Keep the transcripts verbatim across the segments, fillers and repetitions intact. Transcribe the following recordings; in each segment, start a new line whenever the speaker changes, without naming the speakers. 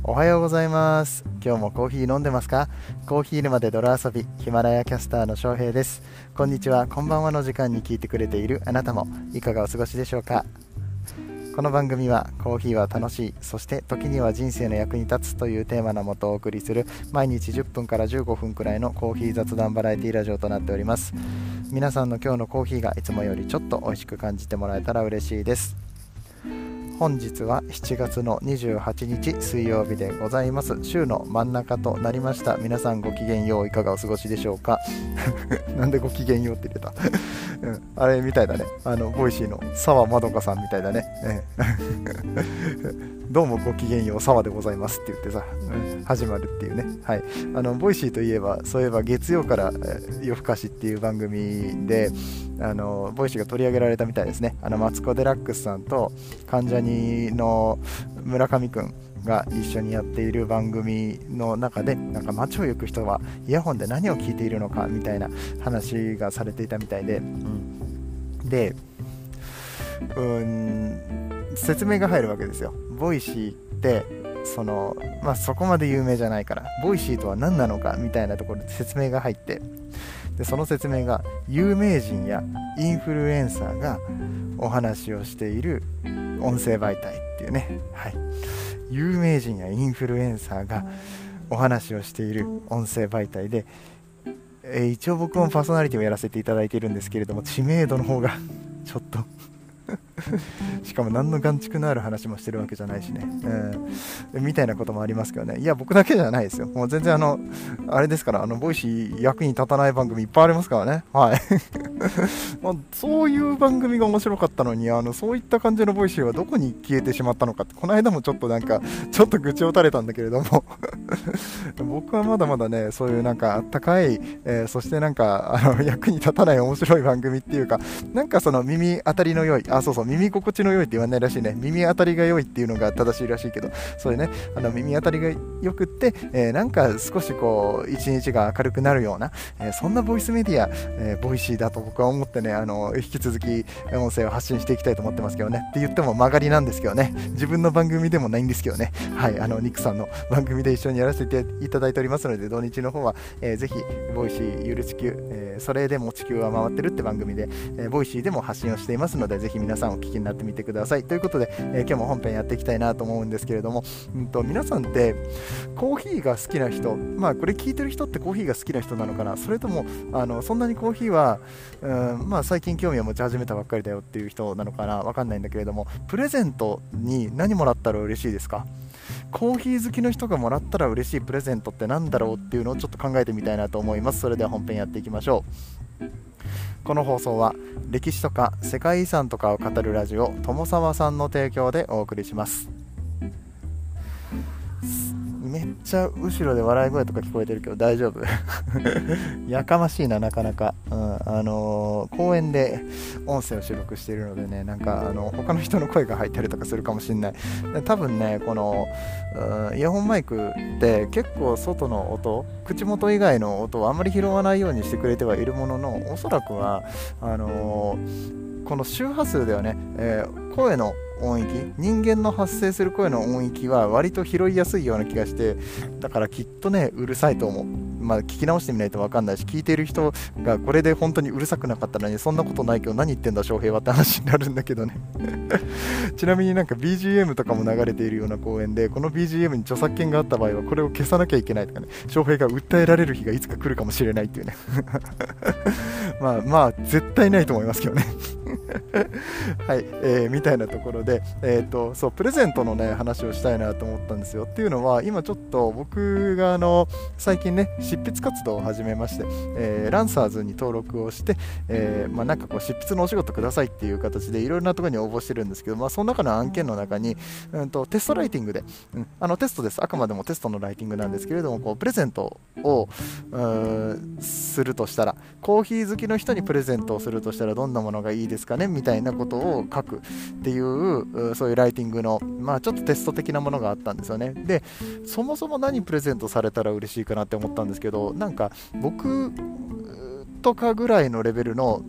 おはようございます。今日もコーヒー飲んでますか？コーヒー沼で泥遊び、ヒマラヤキャスターの翔平です。こんにちは、こんばんはの時間に聞いてくれているあなたもいかがお過ごしでしょうか？この番組はコーヒーは楽しい、そして時には人生の役に立つというテーマのもとお送りする毎日じゅっぷんからじゅうごふんくらいのコーヒー雑談バラエティラジオとなっております。皆さんの今日のコーヒーがいつもよりちょっと美味しく感じてもらえたら嬉しいです。本日はしちがつのにじゅうはちにち水曜日でございます。週の真ん中となりました。皆さんごきげんよう、いかがお過ごしでしょうか？なんでごきげんようって入れた、うん、あれみたいだね。あのボイシーの澤まどかさんみたいだね、ええ、どうもごきげんよう澤でございますって言ってさ、うん、始まるっていうね。はい、あのボイシーといえばそういえば月曜から夜更かしっていう番組であのボイシーが取り上げられたみたいですね。あのマツコ・デラックスさんと関ジャニの村上くんが一緒にやっている番組の中で、なんか街を行く人はイヤホンで何を聞いているのかみたいな話がされていたみたいで、うん、でうーん説明が入るわけですよ。ボイシーってその、まあ、そこまで有名じゃないからボイシーとは何なのかみたいなところで説明が入って、でその説明が有名人やインフルエンサーがお話をしている音声媒体っていうね、はい、有名人やインフルエンサーがお話をしている音声媒体で、えー、一応僕もパーソナリティをやらせていただいているんですけれども、知名度の方がちょっとしかも何の眼蓄のある話もしてるわけじゃないしね、うん、みたいなこともありますけどね。いや僕だけじゃないですよ。もう全然あのあれですから、あのボイシー役に立たない番組いっぱいありますからね。はいまあ、そういう番組が面白かったのに、あのそういった感じのボイシーはどこに消えてしまったのかって、この間もちょっとなんかちょっと愚痴を垂れたんだけれども僕はまだまだね、そういうなんかあったかい、えー、そしてなんかあの役に立たない面白い番組っていうか、なんかその耳当たりの良い、あそうそう耳心地の良いって言わないらしいね。耳当たりが良いっていうのが正しいらしいけど、そういうね、あの耳当たりが良くって、えー、なんか少しこう一日が明るくなるような、えー、そんなボイスメディア、えー、ボイシーだと僕は思ってね、あの引き続き音声を発信していきたいと思ってますけどね。って言っても曲がりなんですけどね、自分の番組でもないんですけどね。はい、あのニックさんの番組で一緒にやらせていただいておりますので、土日の方は、えー、ぜひボイシーゆる地球、えー、それでも地球は回ってるって番組で、えー、ボイシーでも発信をしていますので、ぜひ皆さんお聞きになってみてください。ということで、えー、今日も本編やっていきたいなと思うんですけれども、うんと皆さんってコーヒーが好きな人、まあこれ聞いてる人ってコーヒーが好きな人なのかな、それともあのそんなにコーヒーはうん、まあ、最近興味を持ち始めたばっかりだよっていう人なのかな、わかんないんだけれども、プレゼントに何もらったら嬉しいですか？コーヒー好きの人がもらったら嬉しいプレゼントって何だろうっていうのをちょっと考えてみたいなと思います。それでは本編やっていきましょう。この放送は歴史とか世界遺産とかを語るラジオ友沢さんの提供でお送りします。めっちゃ後ろで笑い声とか聞こえてるけど大丈夫？やかましいな、なかなか、うん、あのー、公園で音声を収録しているのでね、なんかあの他の人の声が入ったりとかするかもしれない。多分ね、この、うん、イヤホンマイクって結構外の音、口元以外の音をあんまり拾わないようにしてくれてはいるものの、おそらくはあのー、この周波数ではね、えー、声の音域、人間の発生する声の音域は割と拾いやすいような気がして、だからきっとねうるさいと思う。まあ聞き直してみないと分かんないし、聞いている人がこれで本当にうるさくなかったのに、そんなことないけど何言ってんだ翔平はって話になるんだけどねちなみになんか ビージーエム とかも流れているような公演で、この ビージーエム に著作権があった場合はこれを消さなきゃいけないとかね、翔平が訴えられる日がいつか来るかもしれないっていうねまあまあ絶対ないと思いますけどねはい、えー、みたいなところで、えーと、そうプレゼントのね話をしたいなと思ったんですよ。っていうのは今ちょっと僕があの最近ね執筆活動を始めまして、えー、ランサーズに登録をして、えーまあ、なんかこう執筆のお仕事くださいっていう形でいろいろなところに応募してるんですけど、まあ、その中の案件の中に、うん、とテストライティングで、うん、あのテストです、あくまでもテストのライティングなんですけれども、こうプレゼントをするとしたら、コーヒー好きの人にプレゼントをするとしたらどんなものがいいですかねみたいなことを書くっていうそういうライティングの、まあ、ちょっとテスト的なものがあったんですよね。でそもそも何プレゼントされたら嬉しいかなって思ったんですけど、なんか僕とかぐらいのレベルの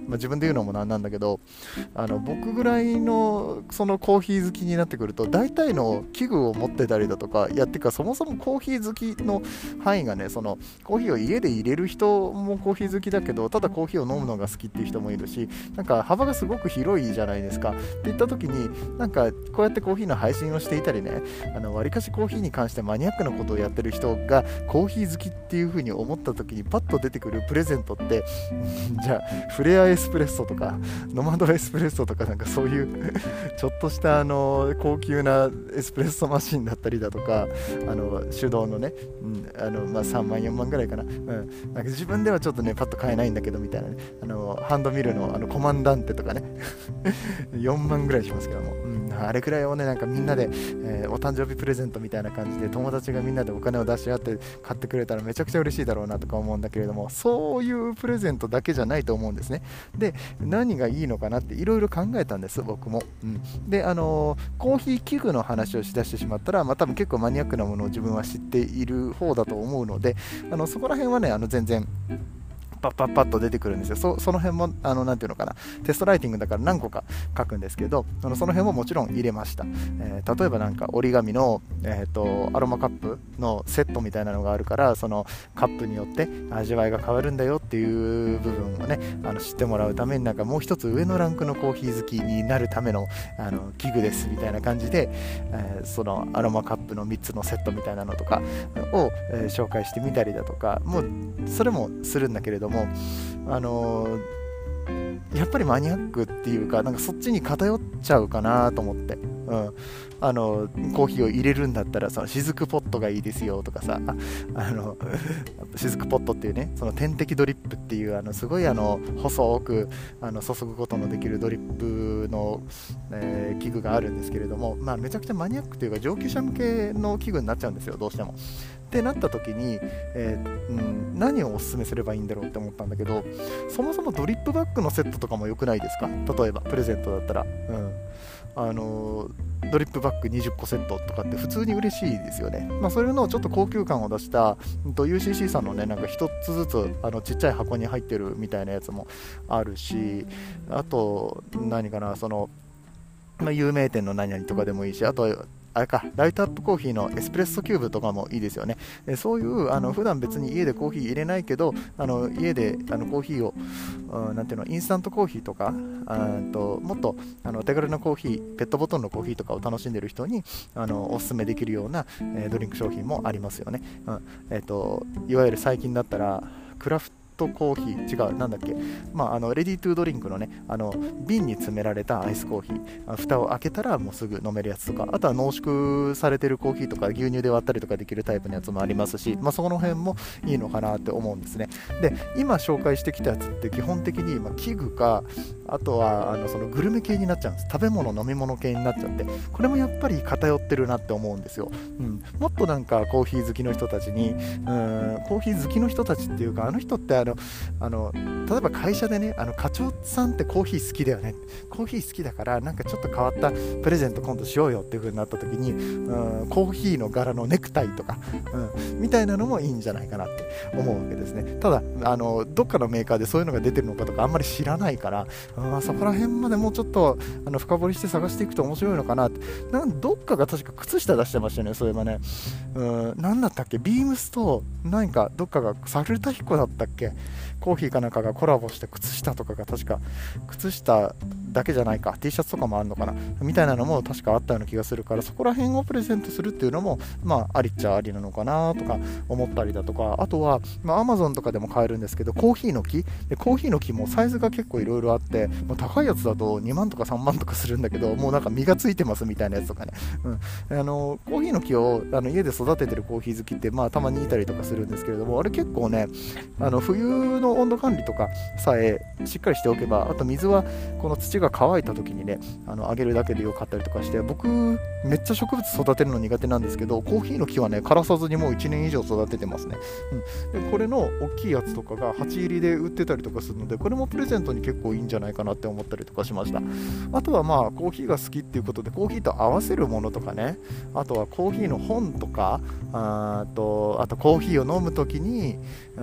まあ、自分で言うのもなんなんだけど、あの僕ぐらいのそのコーヒー好きになってくると大体の器具を持ってたりだとか、いやってかそもそもコーヒー好きの範囲がね、そのコーヒーを家で入れる人もコーヒー好きだけど、ただコーヒーを飲むのが好きっていう人もいるし、なんか幅がすごく広いじゃないですか。っていった時に、なんかこうやってコーヒーの配信をしていたりね、あの割かしコーヒーに関してマニアックなことをやってる人がコーヒー好きっていう風に思った時にパッと出てくるプレゼントってじゃあフレアエスプレッソとかノマドエスプレッソとか、なんかそういうちょっとしたあの高級なエスプレッソマシンだったりだとか、あの手動のね、うん、あのまあ、さんまんよんまんぐらいかな、うん、なんか自分ではちょっとねパッと買えないんだけどみたいなね、あのハンドミルのあのコマンダンテとかねよんまんぐらいしますけども、うん、あれくらいをねなんかみんなで、えー、お誕生日プレゼントみたいな感じで友達がみんなでお金を出し合って買ってくれたらめちゃくちゃ嬉しいだろうなとか思うんだけれども、そういうプレゼントだけじゃないと思うんですね。で、何がいいのかなっていろいろ考えたんです僕も、うん、であのー、コーヒー器具の話をしだしてしまったら、まあ、多分結構マニアックなものを自分は知っている方だと思うので、あのそこら辺はねあの全然パッパッパッと出てくるんですよ。 そ, その辺もあのなんていうのかな、テストライティングだから何個か書くんですけど、あのその辺ももちろん入れました。えー、例えばなんか折り紙の、えー、とアロマカップのセットみたいなのがあるから、そのカップによって味わいが変わるんだよっていう部分をねあの知ってもらうために、なんかもう一つ上のランクのコーヒー好きになるためのあの器具ですみたいな感じで、えー、そのアロマカップのみっつのセットみたいなのとかを、えー、紹介してみたりだとか、もうそれもするんだけれども、あのー、やっぱりマニアックっていうか、なんかそっちに偏っちゃうかなと思って、うん、あのコーヒーを入れるんだったらその雫ポットがいいですよとかさ、ああの雫ポットっていうね、その点滴ドリップっていうあのすごいあの細くあの注ぐことのできるドリップの、えー、器具があるんですけれども、まあ、めちゃくちゃマニアックというか上級者向けの器具になっちゃうんですよ、どうしても。ってなった時に、えーうん、何をおすすめすればいいんだろうって思ったんだけど、そもそもドリップバッグのセットとかも良くないですか？例えばプレゼントだったら、うん、あのー、ドリップバッグにじゅっこセットとかって普通に嬉しいですよね。まあ、それのちょっと高級感を出した、うん、と ユーシーシー さんのねなんか一つずつあのちっちゃい箱に入ってるみたいなやつもあるし、あと何かな、その、まあ、有名店の何々とかでもいいし、あとあれか、ライトアップコーヒーのエスプレッソキューブとかもいいですよね。えそういうあの普段別に家でコーヒー入れないけど、あの家であのコーヒーを、うん、なんていうの、インスタントコーヒーとか、あともっとあの手軽なコーヒー、ペットボトルのコーヒーとかを楽しんでいる人にあのおすすめできるような、えー、ドリンク商品もありますよね。うんえーと、いわゆる最近だったらクラフトコーヒー、違う、なんだっけ、まあ、あのレディートゥードリンクのね、あの瓶に詰められたアイスコーヒー、あ蓋を開けたらもうすぐ飲めるやつとか、あとは濃縮されてるコーヒーとか牛乳で割ったりとかできるタイプのやつもありますし、まあ、そこの辺もいいのかなって思うんですね。で、今紹介してきたやつって基本的に、まあ、器具か、あとはあのそのグルメ系になっちゃうんです。食べ物飲み物系になっちゃって、これもやっぱり偏ってるなって思うんですよ。うん、もっとなんかコーヒー好きの人たちに、うーんコーヒー好きの人たちっていうか、あの人ってあのあの例えば会社でね、あの課長さんってコーヒー好きだよね、コーヒー好きだからなんかちょっと変わったプレゼント今度しようよっていう風になった時に、うんコーヒーの柄のネクタイとか、うん、みたいなのもいいんじゃないかなって思うわけですね。ただあのどっかのメーカーでそういうのが出てるのかとかあんまり知らないから、うん、そこら辺までもうちょっとあの深掘りして探していくと面白いのかなって。なんかどっかが確か靴下出してましたよね、そういえばね。うん、なんだったっけ、ビームスと何かどっかがサルタヒコだったっけ、コーヒーかなんかがコラボして靴下とかが確か、靴下だけじゃないか T シャツとかもあるのかなみたいなのも確かあったような気がするから、そこら辺をプレゼントするっていうのもまあありっちゃありなのかなとか思ったりだとか、あとは、まあ、Amazon とかでも買えるんですけど、コーヒーの木で、コーヒーの木もサイズが結構いろいろあって、もう高いやつだとにまんとかさんまんとかするんだけど、もうなんか実がついてますみたいなやつとかね、うん、あのコーヒーの木をあの家で育ててるコーヒー好きってまあたまにいたりとかするんですけれども、あれ結構ね、あの冬の温度管理とかさえしっかりしておけば、あと水はこの土が乾いた時にね、あのあげるだけでよかったりとかして、僕めっちゃ植物育てるの苦手なんですけど、コーヒーの木はね枯らさずにもういちねん以上育ててますね、うん、でこれの大きいやつとかが鉢入りで売ってたりとかするので、これもプレゼントに結構いいんじゃないかなって思ったりとかしました。あとはまあコーヒーが好きっていうことでコーヒーと合わせるものとかね、あとはコーヒーの本とか、あとあとコーヒーを飲む時に、うん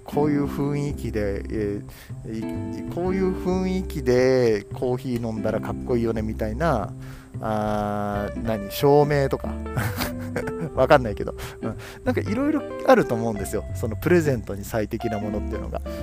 こういう雰囲気で、えー、こういう雰囲気でコーヒー飲んだらかっこいいよねみたいな、あ何照明とかわかんないけど、うん、なんかいろいろあると思うんですよ、そのプレゼントに最適なものっていうのが、うん、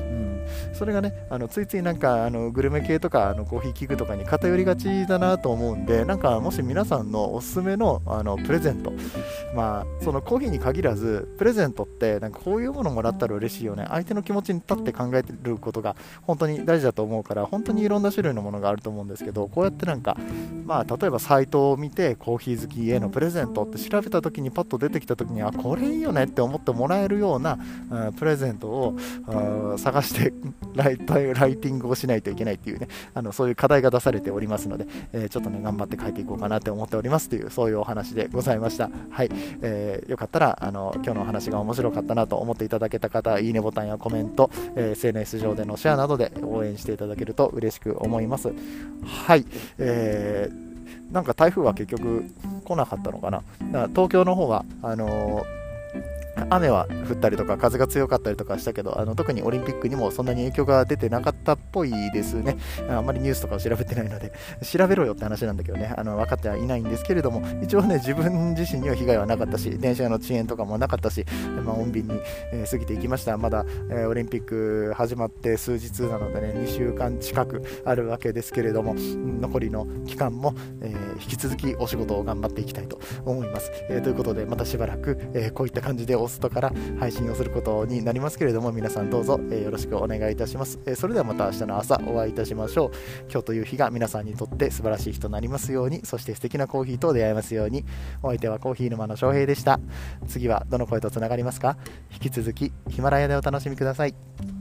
それがね、あのついついなんかあのグルメ系とかあのコーヒー器具とかに偏りがちだなと思うんで、なんかもし皆さんのおすすめのあのプレゼント、まあそのコーヒーに限らずプレゼントってなんかこういうものもらったら嬉しいよね、相手の気持ちに立って考えてることが本当に大事だと思うから、本当にいろんな種類のものがあると思うんですけど、こうやってなんかまあ例えばサイトを見てコーヒー好きへのプレゼントって調べた時にパッと出てきた時に、あこれいいよねって思ってもらえるような、うん、プレゼントを探してライライティングをしないといけないっていうね、あのそういう課題が出されておりますので、えー、ちょっとね頑張って書いていこうかなって思っておりますという、そういうお話でございました。はい、えー、よかったらあの今日のお話が面白かったなと思っていただけた方、いいねボタンやコメント、えー、エスエヌエス 上でのシェアなどで応援していただけると嬉しく思います。はい、えーなんか台風は結局来なかったのかな。だから東京の方はあのー雨は降ったりとか風が強かったりとかしたけど、あの特にオリンピックにもそんなに影響が出てなかったっぽいですね。あんまりニュースとかを調べてないので調べろよって話なんだけどね、あの分かってはいないんですけれども、一応ね自分自身には被害はなかったし、電車の遅延とかもなかったし、まあ、穏便に、えー、過ぎていきました。まだ、えー、オリンピック始まって数日なのでね、にしゅうかん近くあるわけですけれども、残りの期間も、えー、引き続きお仕事を頑張っていきたいと思います。えー、ということでまたしばらく、えー、こういった感じでオストから配信をすることになりますけれども、皆さんどうぞ、えー、よろしくお願いいたします。えー、それではまた明日の朝お会いいたしましょう。今日という日が皆さんにとって素晴らしい日となりますように、そして素敵なコーヒーと出会えますように。お相手はコーヒー沼の翔平でした。次はどの声とつながりますか？引き続きヒマラヤでお楽しみください。